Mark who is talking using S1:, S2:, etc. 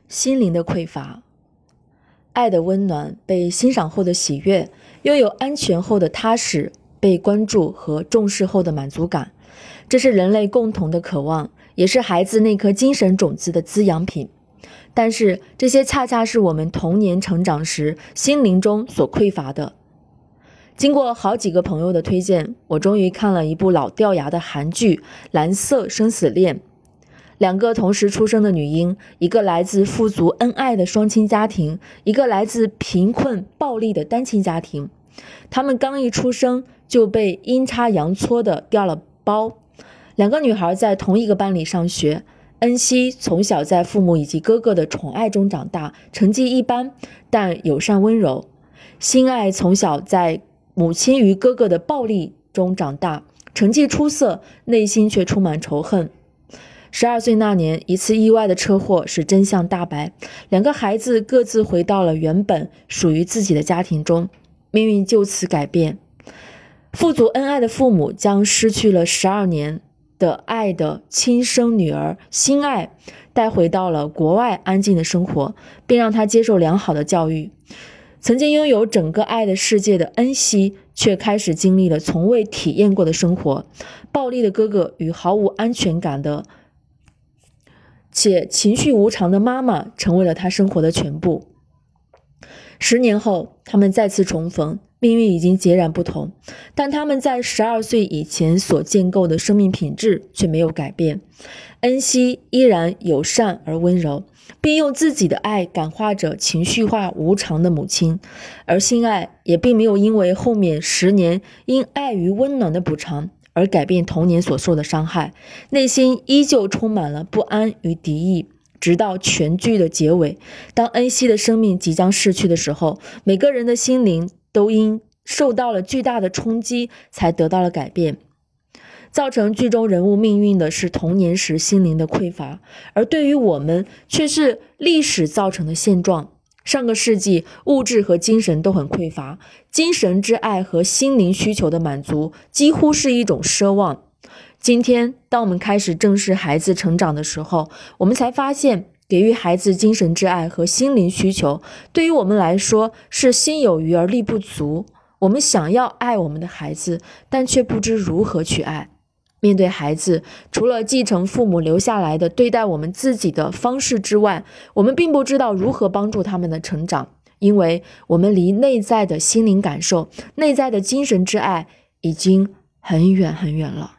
S1: 心灵的匮乏，爱的温暖，被欣赏后的喜悦，拥有安全后的踏实，被关注和重视后的满足感，这是人类共同的渴望，也是孩子那颗精神种子的滋养品。但是这些恰恰是我们童年成长时心灵中所匮乏的。经过好几个朋友的推荐，我终于看了一部老掉牙的韩剧《蓝色生死恋》。两个同时出生的女婴，一个来自富足恩爱的双亲家庭，一个来自贫困暴力的单亲家庭。她们刚一出生就被阴差阳错的掉了包。两个女孩在同一个班里上学，恩熙从小在父母以及哥哥的宠爱中长大，成绩一般，但友善温柔。心爱从小在母亲与哥哥的暴力中长大，成绩出色，内心却充满仇恨。12岁那年，一次意外的车祸使真相大白，两个孩子各自回到了原本属于自己的家庭中，命运就此改变。富足恩爱的父母将失去了12年的爱的亲生女儿心爱带回到了国外安静的生活，并让她接受良好的教育。曾经拥有整个爱的世界的恩熙却开始经历了从未体验过的生活，暴力的哥哥与毫无安全感的且情绪无常的妈妈成为了他生活的全部。10年后，他们再次重逢，命运已经截然不同，但他们在12岁以前所建构的生命品质却没有改变。恩熙依然友善而温柔，并用自己的爱感化着情绪化无常的母亲，而心爱也并没有因为后面10年因爱与温暖的补偿而改变童年所受的伤害，内心依旧充满了不安与敌意。直到全剧的结尾，当恩熙的生命即将逝去的时候，每个人的心灵都因受到了巨大的冲击才得到了改变。造成剧中人物命运的是童年时心灵的匮乏，而对于我们却是历史造成的现状。上个世纪物质和精神都很匮乏，精神之爱和心灵需求的满足几乎是一种奢望。今天当我们开始正视孩子成长的时候，我们才发现给予孩子精神之爱和心灵需求对于我们来说是心有余而力不足。我们想要爱我们的孩子，但却不知如何去爱。面对孩子，除了继承父母留下来的对待我们自己的方式之外，我们并不知道如何帮助他们的成长，因为我们离内在的心灵感受、内在的精神之爱已经很远很远了。